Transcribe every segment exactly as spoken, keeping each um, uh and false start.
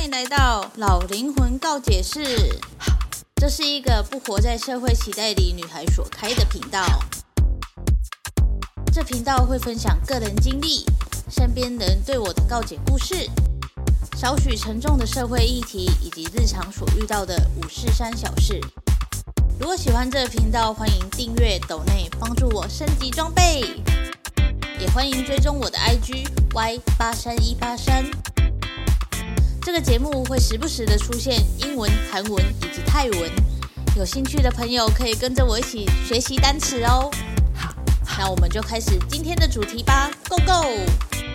迎来到老灵魂告解室。这是一个不活在社会期待里女孩所开的频道。这频道会分享个人经历、身边人对我的告解故事，少许沉重的社会议题，以及日常所遇到的五四三小事。如果喜欢这个频道，欢迎订阅、抖内帮助我升级装备，也欢迎追踪我的 I G Y 八三一八三。这个节目会时不时的出现英文、韩文以及泰文，有兴趣的朋友可以跟着我一起学习单词哦。那我们就开始今天的主题吧 ，Go Go！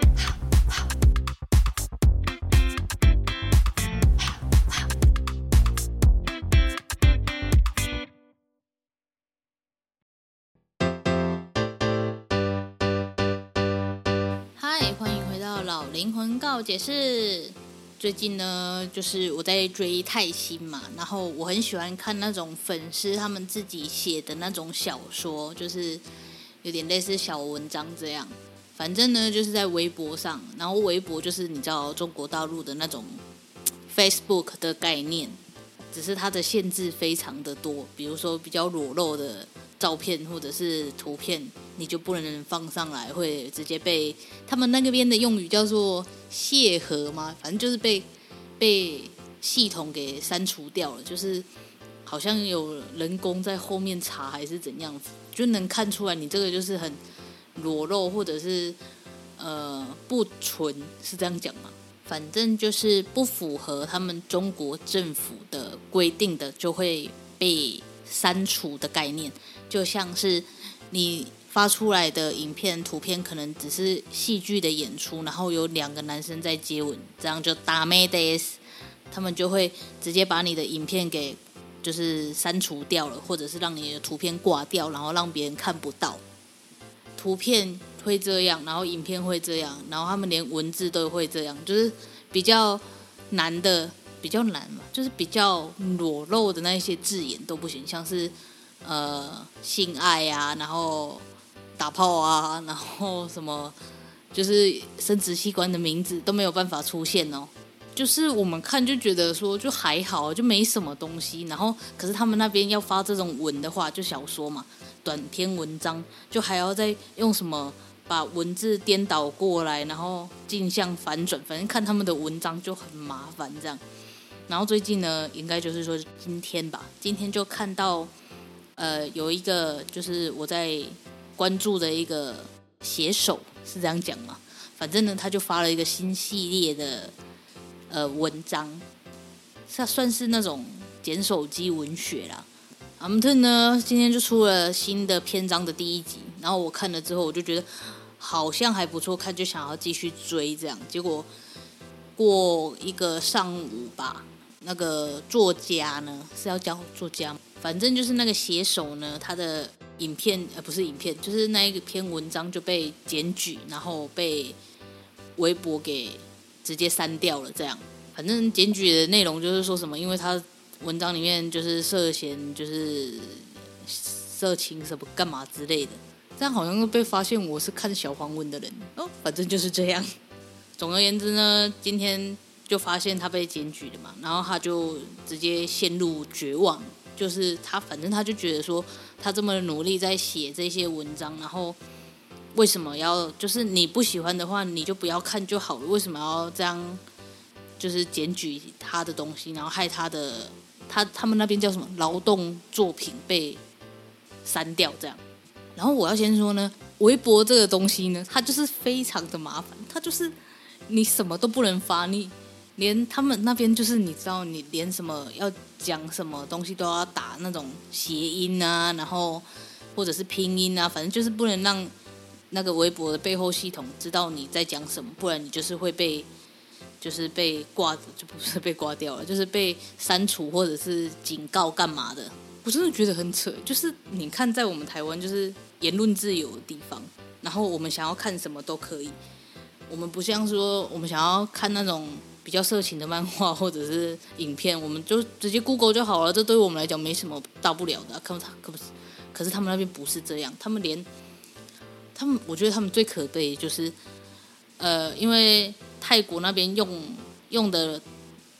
嗨，欢迎回到老灵魂告解室。最近呢，就是我在追泰星嘛，然后我很喜欢看那种粉丝他们自己写的那种小说，就是有点类似小文章这样。反正呢，就是在微博上，然后微博就是你知道中国大陆的那种 Facebook 的概念，只是它的限制非常的多，比如说比较裸露的照片或者是图片，你就不能放上来，会直接被他们那个边的用语叫做卸核嘛，反正就是被被系统给删除掉了，就是好像有人工在后面查还是怎样子，就能看出来你这个就是很裸露或者是呃不纯，是这样讲吗？反正就是不符合他们中国政府的规定的，就会被删除的概念，就像是你发出来的影片、图片可能只是戏剧的演出，然后有两个男生在接吻，这样就ダメです，他们就会直接把你的影片给就是删除掉了，或者是让你的图片挂掉，然后让别人看不到。图片会这样，然后影片会这样，然后他们连文字都会这样，就是比较难的，比较难嘛，就是比较裸露的那些字眼都不行，像是呃性爱啊，然后打炮啊，然后什么就是生殖器官的名字都没有办法出现哦。就是我们看就觉得说就还好，就没什么东西，然后可是他们那边要发这种文的话，就小说嘛，短篇文章，就还要再用什么把文字颠倒过来，然后镜像反转，反正看他们的文章就很麻烦这样。然后最近呢，应该就是说今天吧，今天就看到呃有一个就是我在关注的一个写手，是这样讲嘛，反正呢他就发了一个新系列的呃文章，它算是那种捡手机文学啦。阿姆特呢今天就出了新的篇章的第一集，然后我看了之后我就觉得好像还不错看，就想要继续追这样。结果过一个上午吧，那个作家呢是要叫作家吗，反正就是那个写手呢，他的影片呃不是影片，就是那一篇文章就被检举，然后被微博给直接删掉了这样。反正检举的内容就是说什么，因为他文章里面就是涉嫌就是色情什么干嘛之类的，这样好像被发现我是看小黄文的人哦，反正就是这样。总而言之呢，今天就发现他被检举了嘛，然后他就直接陷入绝望，就是他反正他就觉得说他这么努力在写这些文章，然后为什么要就是你不喜欢的话你就不要看就好了，为什么要这样就是检举他的东西，然后害他的他他们那边叫什么劳动作品被删掉这样。然后我要先说呢，微博这个东西呢，它就是非常的麻烦，它就是你什么都不能发，你连他们那边就是你知道，你连什么要讲什么东西都要打那种谐音啊，然后或者是拼音啊，反正就是不能让那个微博的背后系统知道你在讲什么，不然你就是会被就是被挂，就不是被挂掉了，就是被删除或者是警告干嘛的。我真的觉得很扯，就是你看在我们台湾就是言论自由的地方，然后我们想要看什么都可以，我们不像说我们想要看那种比较色情的漫画或者是影片，我们就直接 Google 就好了，这对于我们来讲没什么大不了的、啊、可, 可, 可是他们那边不是这样，他们连他们我觉得他们最可悲就是呃，因为泰国那边用用的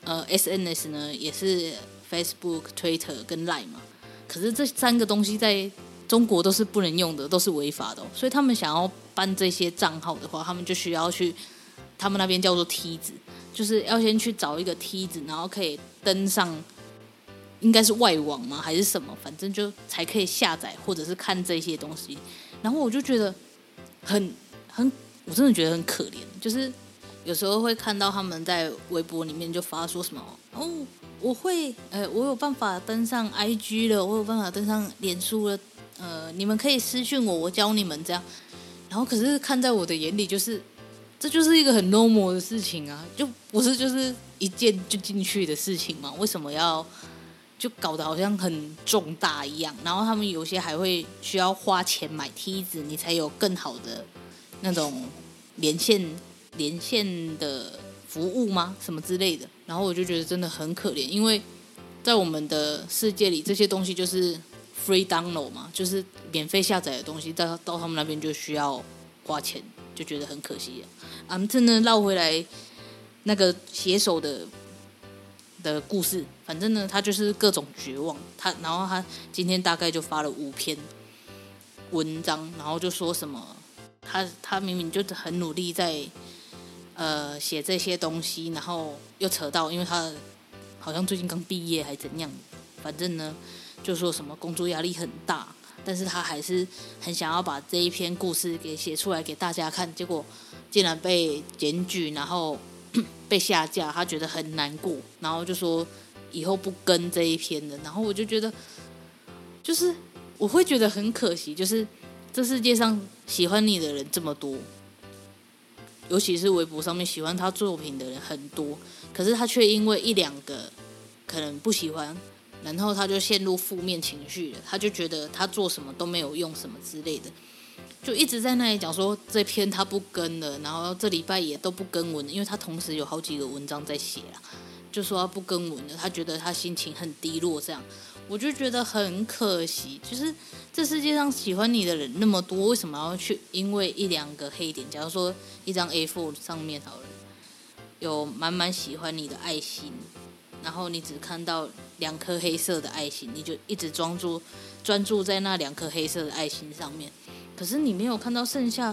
呃 S N S 呢也是 Facebook、Twitter 跟 Line 嘛，可是这三个东西在中国都是不能用的，都是违法的、哦，所以他们想要办这些账号的话，他们就需要去他们那边叫做梯子，就是要先去找一个梯子，然后可以登上，应该是外网吗还是什么，反正就才可以下载或者是看这些东西。然后我就觉得很很，我真的觉得很可怜，就是有时候会看到他们在微博里面就发说什么哦，我会呃，我有办法登上 I G 了，我有办法登上脸书了，呃，你们可以私讯我，我教你们这样。然后可是看在我的眼里，就是这就是一个很 normal 的事情啊，就不是就是一键就进去的事情嘛？为什么要就搞得好像很重大一样？然后他们有些还会需要花钱买梯子，你才有更好的那种连线连线的服务吗？什么之类的。然后我就觉得真的很可怜，因为在我们的世界里，这些东西就是 free download 嘛，就是免费下载的东西，到到他们那边就需要花钱，就觉得很可惜啊。啊，真的绕回来那个写手的的故事，反正呢，他就是各种绝望。他然后他今天大概就发了五篇文章，然后就说什么，他他明明就很努力在呃写这些东西，然后又扯到，因为他好像最近刚毕业还怎样，反正呢就说什么工作压力很大，但是他还是很想要把这一篇故事给写出来给大家看，结果竟然被检举，然后被下架，他觉得很难过，然后就说以后不跟这一篇了。然后我就觉得，就是我会觉得很可惜，就是这世界上喜欢你的人这么多，尤其是微博上面喜欢他作品的人很多，可是他却因为一两个可能不喜欢，然后他就陷入负面情绪了，他就觉得他做什么都没有用什么之类的，就一直在那里讲说这篇他不更了，然后这礼拜也都不更文了，因为他同时有好几个文章在写啦，就说他不更文了，他觉得他心情很低落这样。我就觉得很可惜，就是这世界上喜欢你的人那么多，为什么要去因为一两个黑点，假如说一张 A 四 上面好了，有满满喜欢你的爱心，然后你只看到两颗黑色的爱心，你就一直专注专注在那两颗黑色的爱心上面，可是你没有看到剩下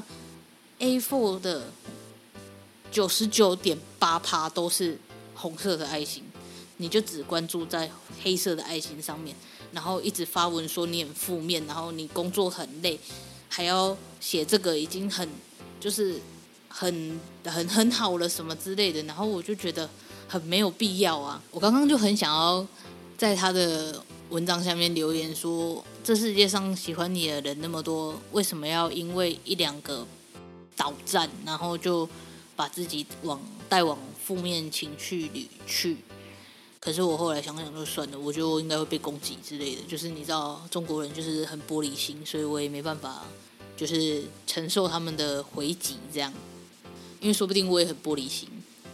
A 四 的 九十九点八趴 都是红色的爱心，你就只关注在黑色的爱心上面，然后一直发文说你很负面，然后你工作很累，还要写这个已经很就是很很很好了什么之类的，然后我就觉得很没有必要啊。我刚刚就很想要在他的文章下面留言说，这世界上喜欢你的人那么多，为什么要因为一两个导战，然后就把自己往带往负面情绪里去？可是我后来想想就算了，我觉得我应该会被攻击之类的，就是你知道中国人就是很玻璃心，所以我也没办法就是承受他们的回击这样，因为说不定我也很玻璃心。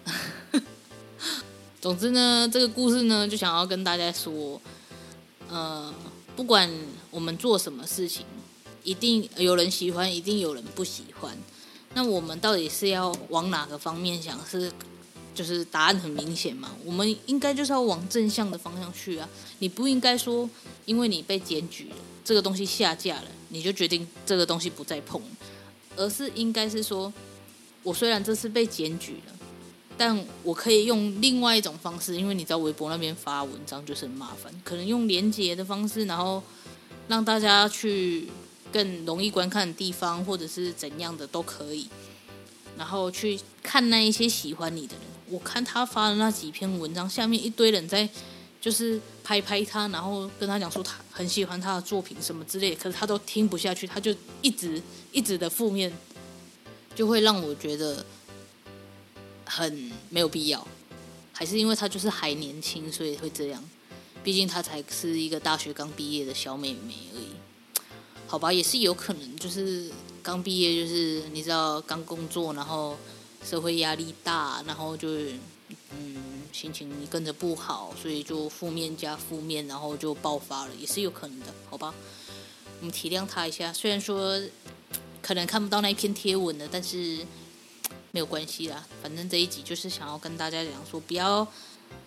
总之呢，这个故事呢就想要跟大家说，呃，不管我们做什么事情，一定有人喜欢，一定有人不喜欢。那我们到底是要往哪个方面想？是就是答案很明显嘛，我们应该就是要往正向的方向去啊。你不应该说，因为你被检举了，这个东西下架了，你就决定这个东西不再碰，而是应该是说，我虽然这次被检举了，但我可以用另外一种方式，因为你知道微博那边发文章就是很麻烦，可能用连结的方式，然后让大家去更容易观看的地方，或者是怎样的都可以，然后去看那一些喜欢你的人。我看他发的那几篇文章，下面一堆人在就是拍拍他，然后跟他讲说他很喜欢他的作品什么之类的，可是他都听不下去，他就一直一直的负面，就会让我觉得很没有必要。还是因为他就是还年轻，所以会这样，毕竟他才是一个大学刚毕业的小妹妹而已。好吧，也是有可能就是刚毕业，就是你知道刚工作，然后社会压力大，然后就嗯心情跟着不好，所以就负面加负面，然后就爆发了，也是有可能的。好吧，我们体谅他一下，虽然说可能看不到那一篇贴文了，但是没有关系啦，反正这一集就是想要跟大家讲说，不要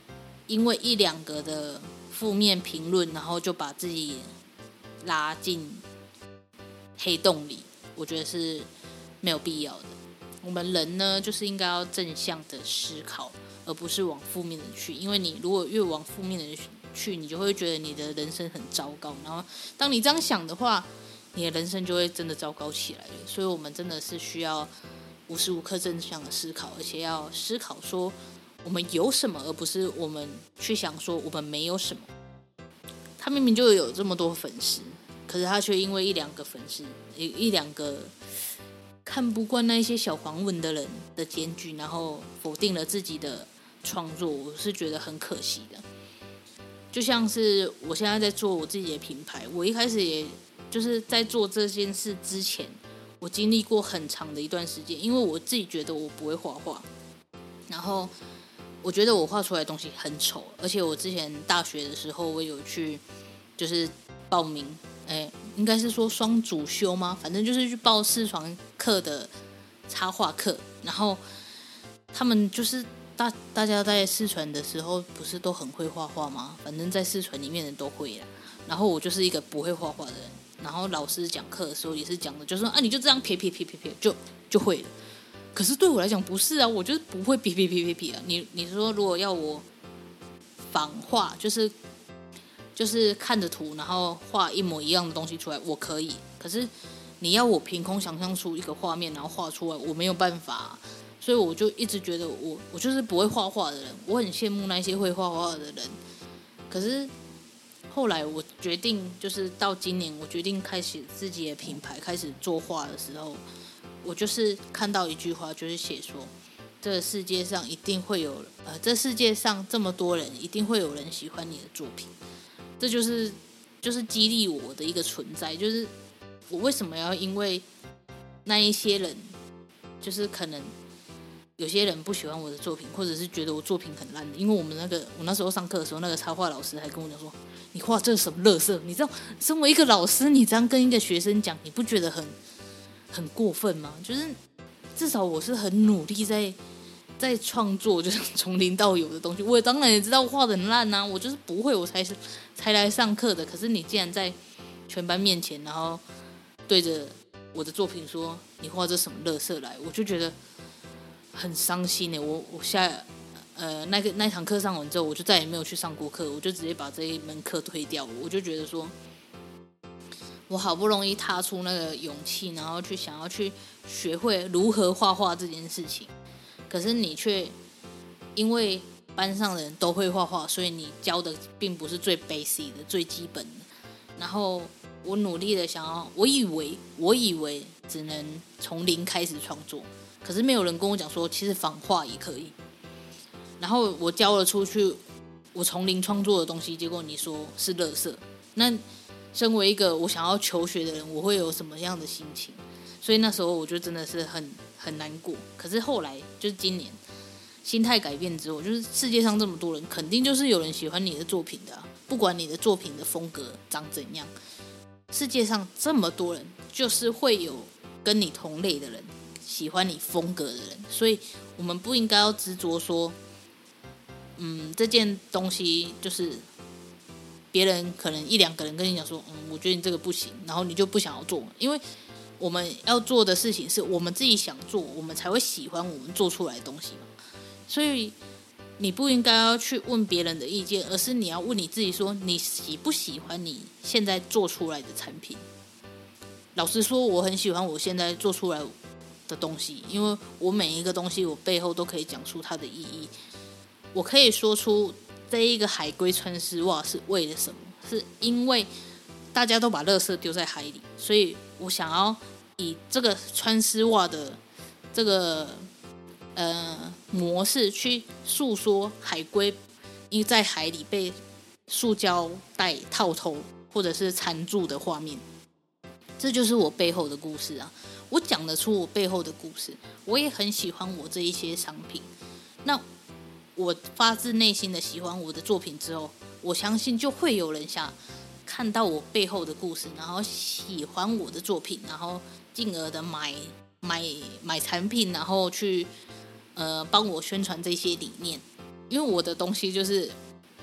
因为一两个的负面评论，然后就把自己拉进黑洞里，我觉得是没有必要的。我们人呢，就是应该要正向的思考，而不是往负面的去。因为你如果越往负面的去，你就会觉得你的人生很糟糕。然后，当你这样想的话，你的人生就会真的糟糕起来了。所以，我们真的是需要无时无刻正向的思考，而且要思考说我们有什么，而不是我们去想说我们没有什么。他明明就有这么多粉丝，可是他却因为一两个粉丝，一一两个看不惯那一些小黄文的人的检举，然后否定了自己的创作，我是觉得很可惜的。就像是我现在在做我自己的品牌，我一开始也就是在做这件事之前，我经历过很长的一段时间，因为我自己觉得我不会画画，然后我觉得我画出来的东西很丑，而且我之前大学的时候我有去就是报名，哎，应该是说双主修吗？反正就是去报视传课的插画课，然后他们就是大大家在视传的时候不是都很会画画吗？反正在视传里面的人都会啦。然后我就是一个不会画画的人，然后老师讲课的时候也是讲的，就说啊你就这样撇撇撇撇撇就就会了。可是对我来讲不是啊，我就是不会撇撇撇撇撇啊。你你说如果要我仿画，就是就是看着图，然后画一模一样的东西出来，我可以。可是你要我凭空想象出一个画面，然后画出来，我没有办法啊。所以我就一直觉得我我就是不会画画的人，我很羡慕那些会画画的人。可是后来我决定，就是到今年我决定开始自己的品牌，开始作画的时候，我就是看到一句话，就是写说，这个世界上一定会有呃，这世界上这么多人，一定会有人喜欢你的作品。这就是就是激励我的一个存在，就是我为什么要因为那一些人，就是可能有些人不喜欢我的作品，或者是觉得我作品很烂的。因为我们那个我那时候上课的时候，那个插画老师还跟我讲说，你画这是什么垃圾？你知道，身为一个老师，你这样跟一个学生讲，你不觉得很很过分吗？就是至少我是很努力在在创作，就是从零到有的东西。我也当然也知道我画的很烂啊，我就是不会，我才是才来上课的。可是你竟然在全班面前，然后对着我的作品说你画这什么垃圾来，我就觉得很伤心耶。我我下呃那个那堂课上完之后，我就再也没有去上过课，我就直接把这一门课推掉。我就觉得说，我好不容易踏出那个勇气，然后去想要去学会如何画画这件事情，可是你却因为班上的人都会画画，所以你教的并不是最 basic 的、最基本的。然后我努力的想要，我以为我以为只能从零开始创作，可是没有人跟我讲说，其实仿画也可以。然后我交了出去，我从零创作的东西，结果你说是垃圾，那身为一个我想要求学的人，我会有什么样的心情？所以那时候我就真的是很很难过。可是后来就是今年心态改变之后，就是世界上这么多人，肯定就是有人喜欢你的作品的啊，不管你的作品的风格长怎样，世界上这么多人，就是会有跟你同类的人，喜欢你风格的人。所以我们不应该要执着说，嗯，这件东西就是别人可能一两个人跟你讲说，嗯，我觉得你这个不行，然后你就不想要做，因为我们要做的事情是我们自己想做，我们才会喜欢我们做出来的东西嘛。所以你不应该要去问别人的意见，而是你要问你自己说，你喜不喜欢你现在做出来的产品。老实说，我很喜欢我现在做出来的东西，因为我每一个东西我背后都可以讲出它的意义。我可以说出这一个海龟穿丝袜是为了什么，是因为大家都把垃圾丢在海里，所以我想要以这个穿丝袜的这个呃模式去诉说海龟因在海里被塑胶袋套头或者是缠住的画面。这就是我背后的故事啊！我讲得出我背后的故事，我也很喜欢我这一些商品。那我发自内心的喜欢我的作品之后，我相信就会有人想看到我背后的故事，然后喜欢我的作品，然后进而的买买买产品，然后去呃帮我宣传这些理念。因为我的东西就是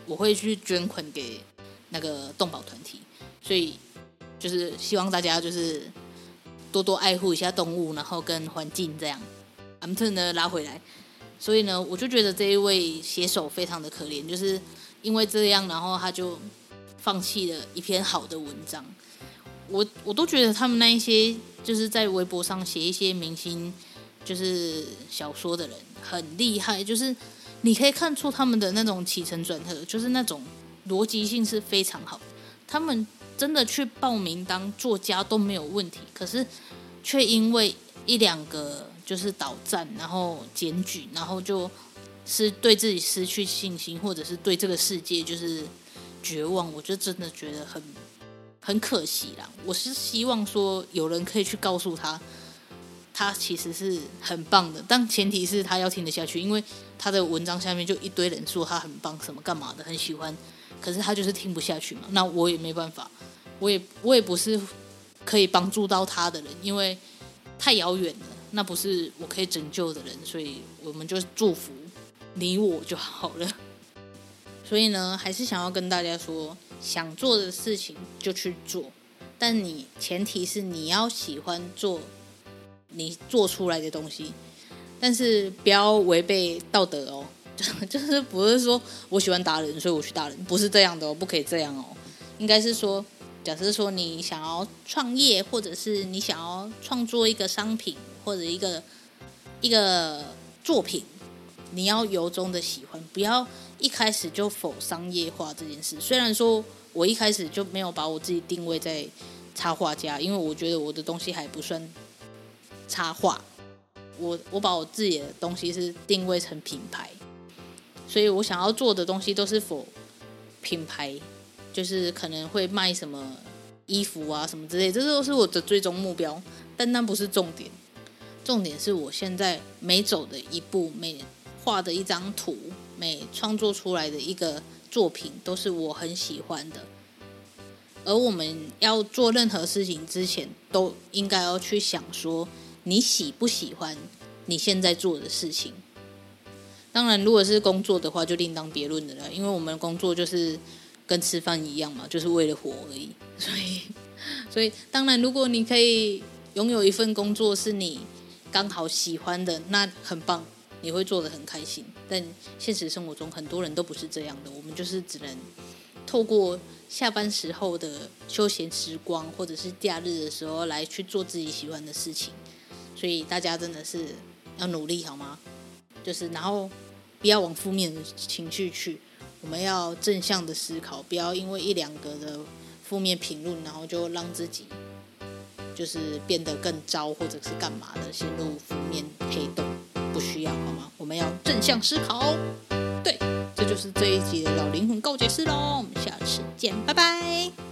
我会去捐款给那个动保团体，所以就是希望大家就是多多爱护一下动物，然后跟环境这样。I'm turn 呢拉回来，所以呢，我就觉得这一位写手非常的可怜，就是因为这样，然后他就放弃了一篇好的文章。我我都觉得他们那一些就是在微博上写一些明星就是小说的人很厉害，就是你可以看出他们的那种起承转合，就是那种逻辑性是非常好的。他们真的去报名当作家都没有问题，可是却因为一两个就是倒站，然后检举，然后就是对自己失去信心，或者是对这个世界就是绝望，我就真的觉得很很可惜啦。我是希望说有人可以去告诉他，他其实是很棒的，但前提是他要听得下去，因为他的文章下面就一堆人说他很棒，什么干嘛的，很喜欢，可是他就是听不下去嘛。那我也没办法，我也我也不是可以帮助到他的人，因为太遥远了，那不是我可以拯救的人，所以我们就祝福你我就好了。所以呢，还是想要跟大家说，想做的事情就去做，但你前提是你要喜欢做你做出来的东西，但是不要违背道德哦。就是不是说我喜欢打人，所以我去打人，不是这样的哦，不可以这样哦。应该是说，假设说你想要创业，或者是你想要创作一个商品或者一个一个作品，你要由衷的喜欢，不要一开始就否商业化这件事。虽然说我一开始就没有把我自己定位在插画家，因为我觉得我的东西还不算插画，我我把我自己的东西是定位成品牌，所以我想要做的东西都是否品牌，就是可能会卖什么衣服啊什么之类，这都是我的最终目标，但那不是重点。重点是我现在每走的一步，每画的一张图，每创作出来的一个作品，都是我很喜欢的。而我们要做任何事情之前，都应该要去想说，你喜不喜欢你现在做的事情。当然如果是工作的话就另当别论的了，因为我们工作就是跟吃饭一样嘛，就是为了活而已。所以所以当然如果你可以拥有一份工作是你刚好喜欢的，那很棒，你会做得很开心。但现实生活中很多人都不是这样的，我们就是只能透过下班时候的休闲时光，或者是假日的时候来去做自己喜欢的事情。所以大家真的是要努力好吗？就是然后不要往负面的情绪去，我们要正向的思考，不要因为一两个的负面评论，然后就让自己就是变得更糟，或者是干嘛的，陷入负面黑洞，不需要好吗？我们要正向思考。对，这就是这一集的老灵魂告解室咯，我们下次见，拜拜。